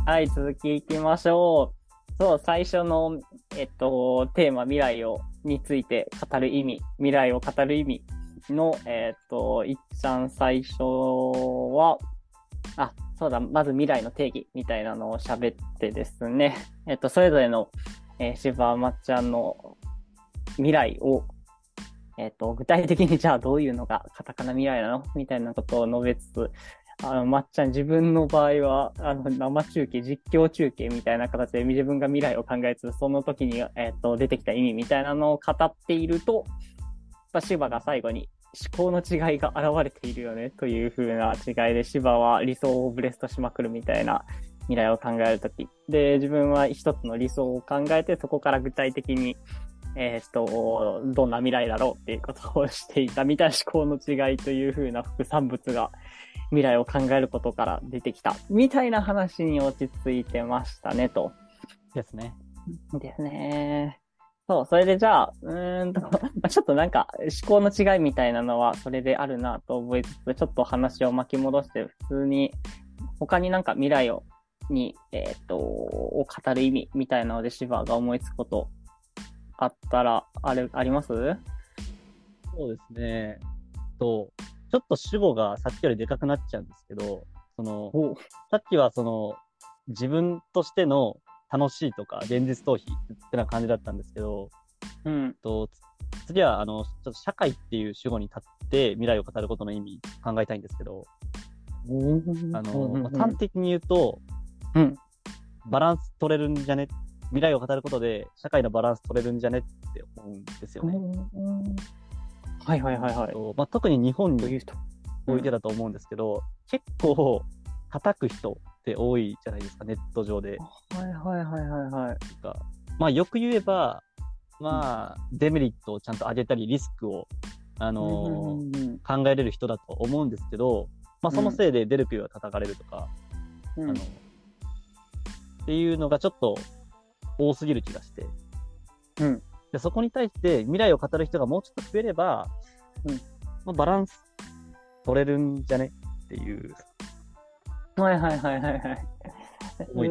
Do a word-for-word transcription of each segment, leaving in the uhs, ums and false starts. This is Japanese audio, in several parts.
はい、続きいきましょう。そう、最初の、えっと、テーマ、未来を、について語る意味、未来を語る意味の、えっと、いっちゃん最初は、あ、そうだ、まず未来の定義みたいなのを喋ってですね、えっと、それぞれの、えー、柴まっちゃんの未来を、えっと、具体的にじゃあどういうのがカタカナ未来なのみたいなことを述べつつ、あの、まっちゃん自分の場合は、あの、生中継、実況中継みたいな形で自分が未来を考えつつ、その時に、えっと、出てきた意味みたいなのを語っていると、芝が最後に思考の違いが現れているよねという風な違いで、芝は理想をブレストしまくるみたいな未来を考えるとき。で、自分は一つの理想を考えて、そこから具体的にえーっと、どんな未来だろうっていうことをしていたみたいな思考の違いという風な副産物が未来を考えることから出てきたみたいな話に落ち着いてましたねと。 ですね。 ですね。そう、それでじゃあ、うーんと、ちょっとなんか思考の違いみたいなのはそれであるなと覚えつつ、ちょっと話を巻き戻して普通に他になんか未来をに、えーっと、を語る意味みたいなのでシバが思いつくことあったら、あれ、あります？ そうですね。と、ちょっと主語がさっきよりでかくなっちゃうんですけど、その、 お、 さっきはその、自分としての楽しいとか現実逃避ってな感じだったんですけど、 うん。 と、次は、あの、ちょっと社会っていう主語に立って未来を語ることの意味考えたいんですけど、 おー、うん、 あの、まあ、 うん、 端的に言うと、 うん。 バランス取れるんじゃね、未来を語ることで社会のバランス取れるんじゃねって思うんですようね。 ん。はいはいはいはい。 とまあ、特に日本にという人。うおいてん。 だと思うんですけど、結構叩く人って多いじゃないですか、ネット上で。 はいはいはいはいはい。 かまあ、よく言えば、 うん、 まあ、デメリットをちゃんと上げたり、リスクを、あうん、うのん、うん、 ー考えれる人だと思うんですけど、まあ、 うん、 そのせいで出る杭は叩かれるとか、あの、 うん、 っていうのがちょっと多すぎる気がして。 うん、 で、そこに対して未来を語る人がもうちょっと増えれば、 うん。 まあ、バランス取れるんじゃねっていうはいはいはいはいはい。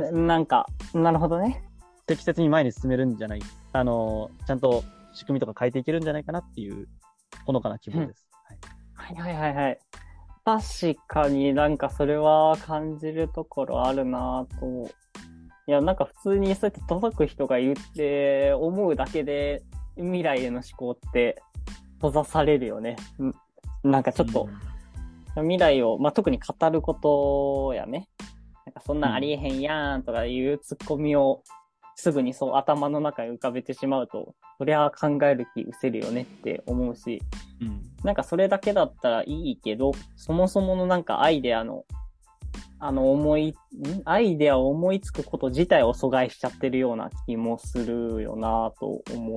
な、 思いですね。 なんか、なるほどね。 適切に前に進めるんじゃない、あの、ちゃんと仕組みとか変えていけるんじゃないかなっていう、ほのかな希うん。 望です。はい。 はいはいはいはい。確かになんかそれは感じるところあるなぁと。いや、なんか普通にそうやって届く人がいるって思うだけで未来への思考って閉ざされるよね。んなんかちょっとうん。 未来を、まあ、特に語ることやね。なんかそんなんありうん。 えへんやんとかいうツッコミをすぐにそう頭の中に浮かべてしまうと、そりゃ考える気失せるよねって思うし、 うん。 なんかそれだけだったらいいけど、そもそものなんかアイデアの、あの思い、んアイデアを思いつくこと自体を阻害しちゃってるような気もするよなと思って、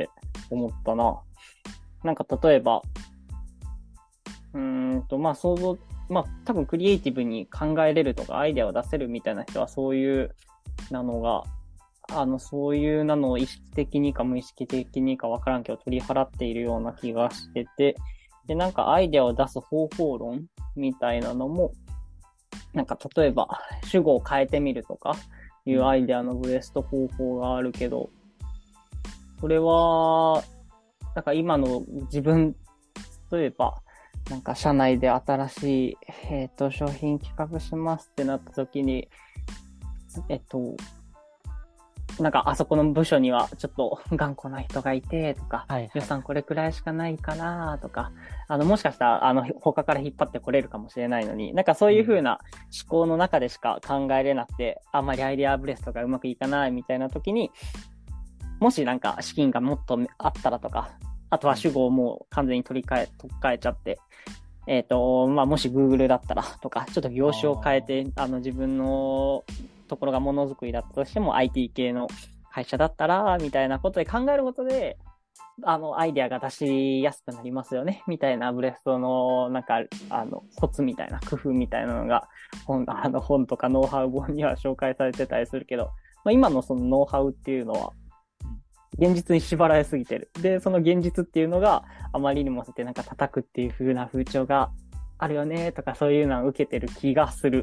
思ったな。なんか例えば、うーんと、まあ想像、まあ多分クリエイティブに考えれるとかアイデアを出せるみたいな人はそういうなのが、あの、そういうなのを意識的にか無意識的にかわからんけど取り払っているような気がしてて、で、なんかアイデアを出す方法論みたいなのも、なんか例えば主語を変えてみるとかいうアうん。 イデアのブレスト方法があるけど、それは、なんか今の自分、例えば、なんか社内で新しい、えっと、商品企画しますってなった時に、えっと、なんかあそこの部署にはちょっと頑固な人がいてとか、 はいはいはい。 予算これくらいしかないからとか、あの、もしかしたら、あの、他から引っ張ってこれるかもしれないのに、なんかそううん。 いう風な思考の中でしか考えれなくて、あんまりアイデアブレストがうまくいかないみたいな時に、もしなんか資金がもっとあったらとか、あとはうん。 主語をもう完全に取り替え、取っ替えちゃって、えっ、と、まあ、もし Google だったらとか、ちょっと業種を変えあて、あの、自分のところがものづくりだったとしても アイティー 系の会社だったら、みたいなことで考えることで、あの、アイデアが出しやすくなりますよね、みたいなブレストの、なんか、あの、コツみたいな、工夫みたいなのが、本、あの、本とかノウハウ本には紹介されてたりするけど、まあ、今のそのノウハウっていうのは、 あ。うん。 現実に縛られすぎてる。で、その現実っていうのがあまりにもしてなんか叩くっていう風な風潮があるよねとかそういうのを受けてる気がする。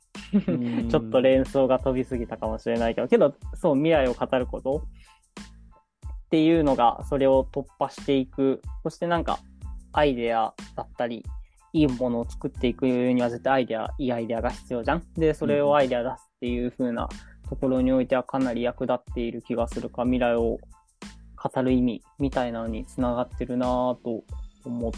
うーん。 ちょっと連想が飛びすぎたかもしれないけど、けど、そう、未来を語ることっていうのが、それを突破していく。そしてなんか、アイデアだったり、いいものを作っていくには絶対アイデア、いいアイデアが必要じゃん。で、それをアイデア出すっていう風なところにおいてはかなり役立っている気がするか、未来を語る意味みたいなのにつながってるなぁと思った。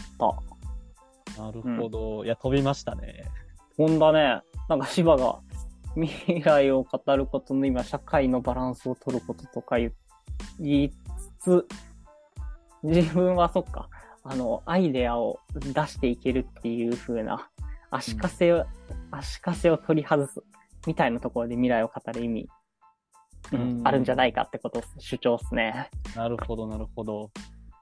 なるほど。いや、飛びましたね。 ほんだね。なんか芝が未来を語ることの今、社会のバランスを取ることとか言いつつ、自分はそっか、あの、アイデアを出していけるっていう風な、足かせを、足かせを取り外すみたいなところで未来を語る意味、うん、 うんあるんじゃないかってことを主張っすね。 なるほど、なるほど。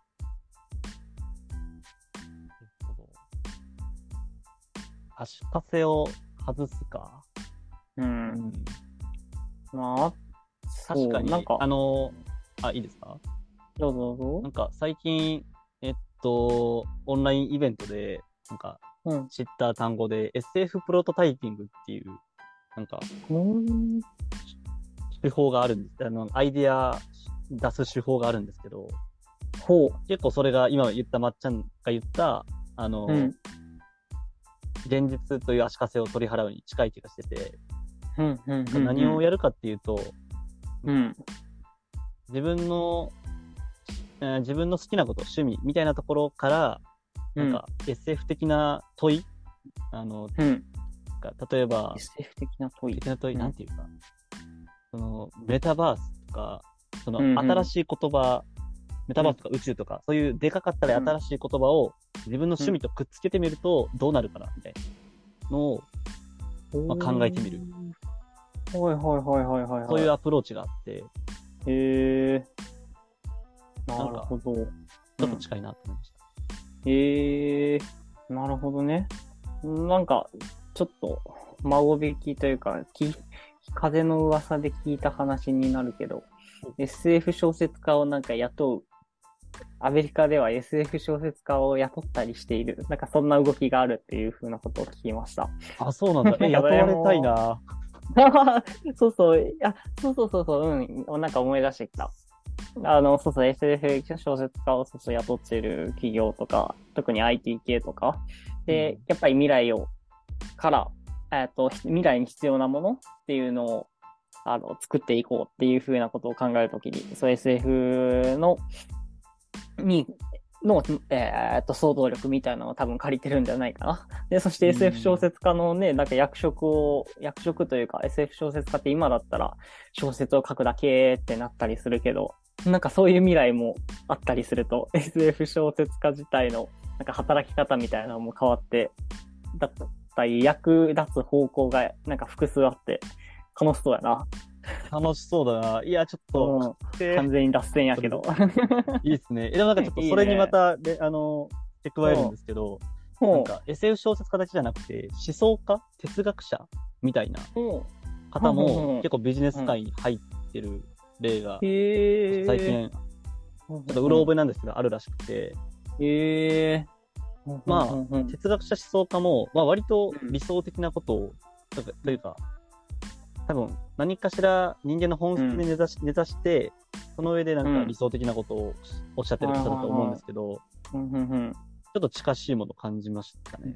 足かせを外すか。 う。 うんん。 まあ、 確かに、 なんか、 あの、あ、いいですか？ どうぞどうぞ。 なんか最近、えっと、オンラインイベントで、なんかうん。 知った単語で エスエフ プロトタイピングっていう、なんかうん。 手法があるんです。あの、アイデア出す手法があるんですけど、 ほ結構それが今言ったまっちゃんが言った、あの、 う。うん。 現実という足かせを取り払うに近い気がしてて、 うん。うん。うん。 何をやるかっていうと、 うん。 自分の、えー自分の好きなこと、趣味みたいなところから、なんか エスエフ 的な問い、あの、 うん。 か例えば、 エスエフ 的な問い。 的な問い、 うんなんていうか、その、メタバースとか、その、 うんうん新しい言葉、メタバースとか宇宙とか、そういうでかかったり新しい言葉を自分の趣味とくっつけてみるとどうなるかな、みたいなのを、まあ、考えてみる。 はいはいはいはいはい、はい。 そういうアプローチがあって、 へえ。 ななんるか、 ほど。 ちょっと近いなと思いました。 へえ。なるほどね。なんか、ちょっと、孫引きというか、き風の噂で聞いた話になるけど、エスエフ 小説家をなんか雇う、アメリカでは エスエフ 小説家を雇ったりしている、なんかそんな動きがあるっていう風なことを聞きました。 あ、そうなんだ。え、 なんかそれ雇われたいも、 な。 そうそう、いや、そうそうそうそう、うん、なんか思い出してきた。あの、そうそう、エスエフ 小説家をそうそう雇っている企業とか、特に アイティー 系とか、で、 うんやっぱり未来を、から、えっと、未来に必要なものっていうのを、あの、作っていこうっていうふうなことを考えるときに、そう エスエフ の、に、の、えーっと、想像力みたいなのを多分借りてるんじゃないかな。で、そして エスエフ 小説家のね、なんか役職を、役職というか エスエフ 小説家って今だったら小説を書くだけってなったりするけど、なんかそういう未来もあったりすると、エスエフ 小説家自体のなんか働き方みたいなのも変わって、だったり役立つ方向がなんか複数あって、楽しそうやな。 楽しそうだな。いや、ちょっと、 うん、完全に脱線やけど。 いいっすね。え、でもなんかちょっとそれにまた、で、あの、付け加えるんですけど、なんか エスエフ 小説家だけじゃなくて、思想家哲学者みたいな方も結構ビジネス界に入ってる例が、最近、ちょっとうろ覚えなんですけど、あるらしくて、 へえ。 まあ、哲学者思想家も、まあ割と理想的なことを、というか、多分何かしら人間の本質に根ざし、根ざして、その上でなんか理想的なことをおっしゃってる方だと思うんですけど、ちょっと近しいものを感じましたね。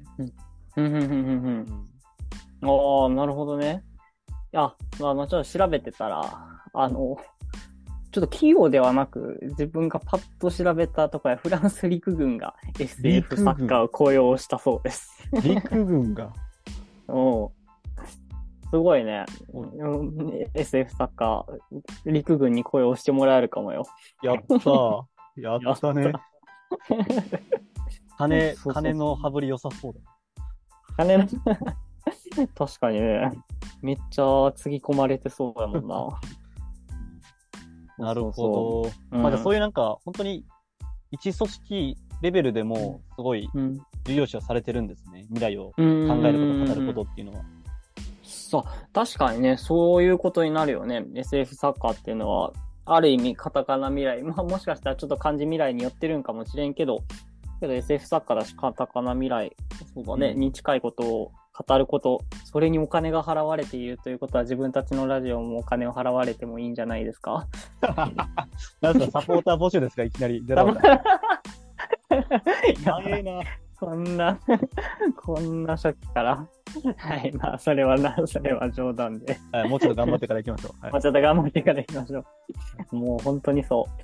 ああ、なるほどね。いや、あの、ちょっと調べてたら、あの、ちょっと器用ではなく、自分がパッと調べたところ、フランス陸軍が エスエフ 作家を雇用したそうです。 陸軍がおすごいね。エスエフ 作家、陸軍に雇用してもらえるかもよ。 やったー。やったね。金、金の羽振り良さそうだ。 金の確かにね。めっちゃつぎ込まれてそうだもんな。 なるほど。まあじゃあそういうなんか、本当に一組織レベルでもすごい重要視はされてるんですね。未来を考えること、語ることっていうのは。 そう、確かにね、そういうことになるよね。エスエフ 作家っていうのは、ある意味カタカナ未来。まあもしかしたらちょっと漢字未来に寄ってるんかもしれんけど、けど エスエフ 作家だしカタカナ未来、そうだね、うん、に近いことを語ること、それにお金が払われているということは自分たちのラジオもお金を払われてもいいんじゃないですか。 なんすか、サポーター募集ですか、いきなり。ゼロ早いな。 こんな、こんな初期から。はい、まあ、それはな、それは冗談で。 はい、もうちょっと頑張ってから行きましょう。 はい、もうちょっと頑張ってから行きましょう。もう本当にそう。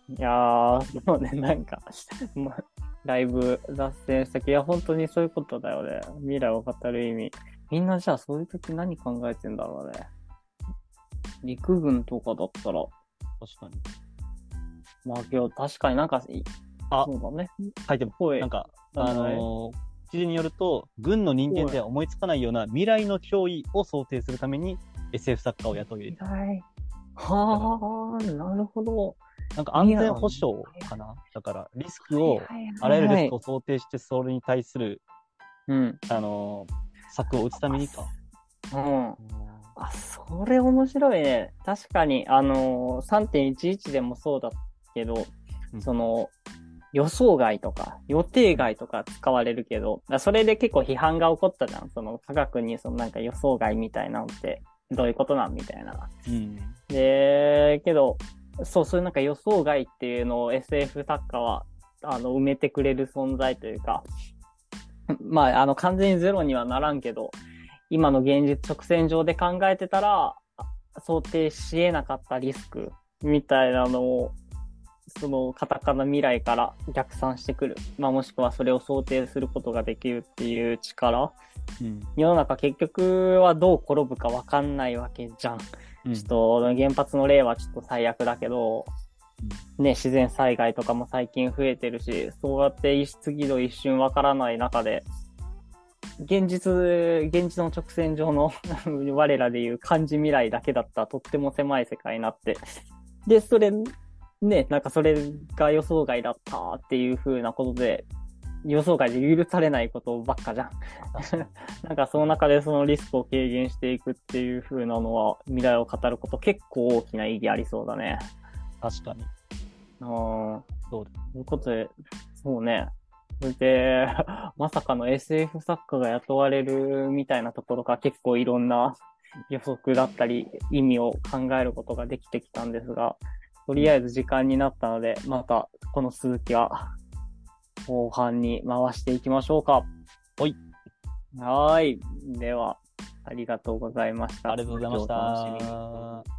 いやー、そうね、なんか、もうだいぶ脱線したけど、いや、本当にそういうことだよね。未来を語る意味。みんなじゃあそういう時何考えてんだろうね。陸軍とかだったら。 確かに。 まあ、けど確かになんか、 あ、 そうだね。 書いてます。なんか、あのー、記事によると、軍の人間では思いつかないような未来の脅威を想定するために エスエフ 作家を雇い入れた。 はい。はあ、なるほど。 なんか安全保障かな。だからリスクを、あらゆるリスクを想定してそれに対する、 うん、 あのー、策を打つためにか。 うん。あ、それ面白いね。確かに、あのー、さんてんいちいちでもそうだけど、うん、その、予想外とか、予定外とか使われるけど、それで結構批判が起こったじゃん。その科学にそのなんか予想外みたいなのってどういうことなんみたいな。うん、で、けど、そう、そういうなんか予想外っていうのを エスエフ 作家は、あの、埋めてくれる存在というか、まあ、あの、完全にゼロにはならんけど、今の現実直線上で考えてたら、想定し得なかったリスクみたいなのを、そのカタカナ未来から逆算してくる。まあもしくはそれを想定することができるっていう力。うん、世の中結局はどう転ぶか分かんないわけじゃん。うん、ちょっと原発の例はちょっと最悪だけど、うん、ね、自然災害とかも最近増えてるし、そうやって次の一瞬分からない中で、現実、現実の直線上の我らでいう漢字未来だけだったとっても狭い世界になって、で、それ、ね、なんかそれが予想外だったっていう風なことで、予想外で許されないことばっかじゃん。なんかその中でそのリスクを軽減していくっていう風なのは、未来を語ること結構大きな意義ありそうだね。 確かに。 ああ、そうということで、そうね。それで、まさかの エスエフ 作家が雇われるみたいなところから結構いろんな予測だったり意味を考えることができてきたんですが、とりあえず時間になったので、またこの続きは後半に回していきましょうか。 はい。 はい。では、ありがとうございました。 ありがとうございました。